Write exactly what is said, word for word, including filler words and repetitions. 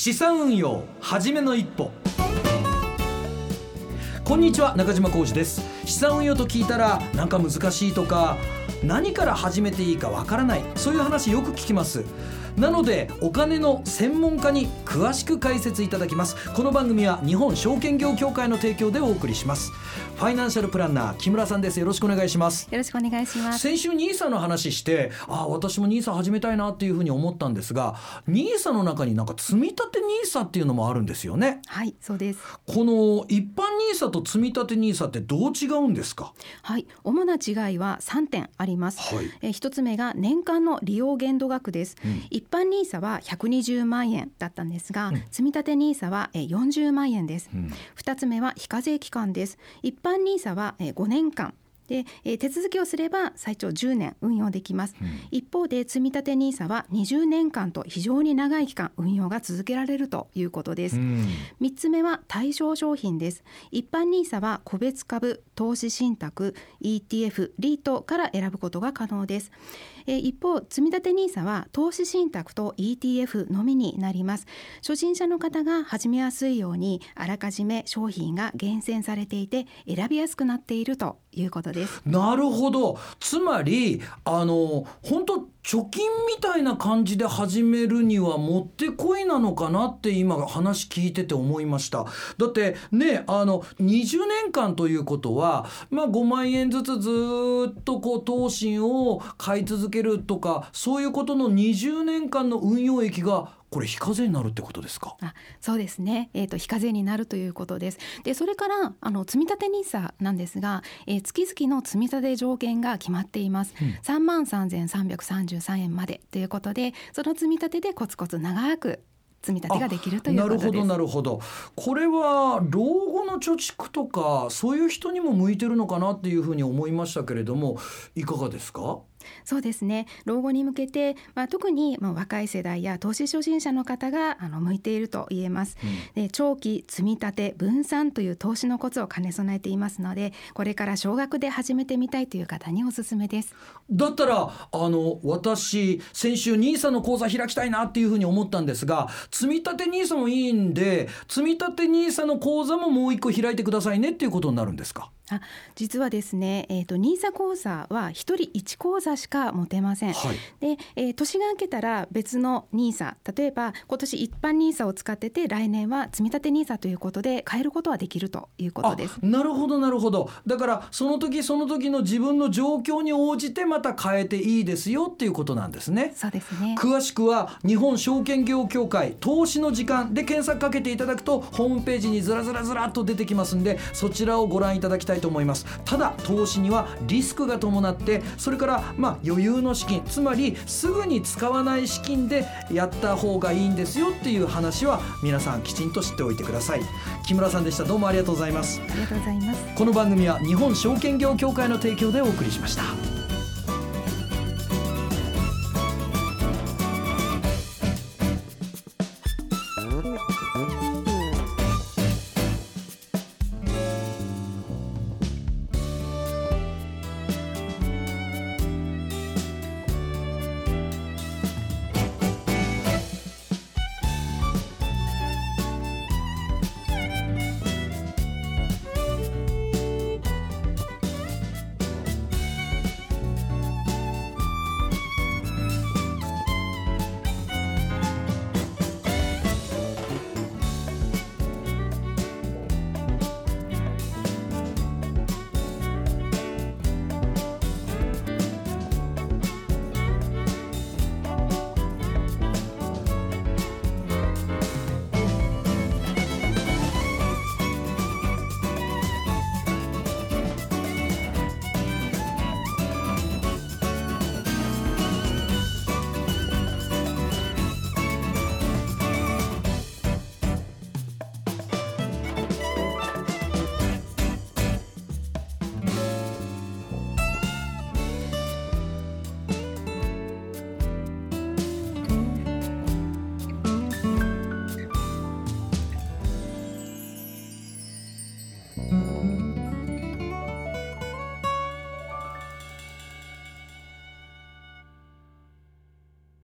資産運用はじめの一歩。こんにちは、中島浩二です。資産運用と聞いたらなんか難しいとか、何から始めていいかわからない、そういう話よく聞きます。なのでお金の専門家に詳しく解説いただきます。この番組は日本証券業協会の提供でお送りします。ファイナンシャルプランナー木村さんです。よろしくお願いします。 よろしくお願いします。 先週 ニーサ の話して、あ私も ニーサ 始めたいなっていうふうに思ったんですが、 ニーサ の中になんか積み立て ニーサ っていうのもあるんですよね。 はい、そうです。 この一般 ニーサ と積み立て ニーサ ってどう違うんですか？ はい、主な違いはさんてんあります。はい、えひとつめが年間の利用限度額です。うん、一般 ニーサ はひゃくにじゅうまんえんだったんですが、うん、積み立て ニーサ はよんじゅうまんえんです。うん、ふたつめは非課税期間です。一般 ニーサ はごねんかんで、えー、手続きをすれば最長じゅうねん運用できます。うん、一方で積み立て ニーサ はにじゅうねんかんと非常に長い期間運用が続けられるということです。うん、みっつめは対象商品です。一般 ニーサ は個別株、投資信託、イーティーエフ、リートから選ぶことが可能です。えー、一方積み立て ニーサ は投資信託と イーティーエフ のみになります。初心者の方が始めやすいようにあらかじめ商品が厳選されていて選びやすくなっているということです。 なるほど。つまりあの本当貯金みたいな感じで始めるにはもってこいなのかなって今話聞いてて思いました。だってね、あのにじゅうねんかんということは、まあ、ごまんえんずつずっとこう投信を買い続けるとか、そういうことのにじゅうねんかんの運用益がこれ非課税になるってことですか？ あ、そうですね、えーと、非課税になるということです。でそれからあの積み立て ニーサ なんですが、えー、月々の積み立て上限が決まっています。うん、さんまんさんぜんさんびゃくさんじゅうさんえんまでということで、その積み立てでコツコツ長く積み立てができるということです。 なるほどなるほど。これは老後の貯蓄とかそういう人にも向いてるのかなっていうふうに思いましたけれども、いかがですか？ そうですね、老後に向けて、まあ、特にまあ若い世代や投資初心者の方があの向いていると言えます。うん、で長期積み立て分散という投資のコツを兼ね備えていますので、これから少額で始めてみたいという方におすすめです。 だったらあの私先週 ニーサ の口座開きたいなっていうふうに思ったんですが、積み立て ニーサ もいいんで、積み立て ニーサ の口座ももう一個開いてくださいねっていうことになるんですか？ あ、実はですね、えーと、ニーサ 口座はひとりいち口座しか持てません。はい、で、えー、年が明けたら別の ニーサ、 例えば今年一般 ニーサ を使ってて来年は積み立て ニーサ ということで変えることはできるということです。 あ、なるほどなるほど。だからその時その時の自分の状況に応じてまた変えていいですよっていうことなんですね。 そうですね。 詳しくは日本証券業協会投資の時間で検索かけていただくとホームページにずらずらずらっと出てきますんで、そちらをご覧いただきたいと思います。ただ投資にはリスクが伴って、それからまあ余裕の資金、つまりすぐに使わない資金でやった方がいいんですよっていう話は皆さんきちんと知っておいてください。木村さんでした。どうもありがとうございます。 ありがとうございます。 この番組は日本証券業協会の提供でお送りしました。うん。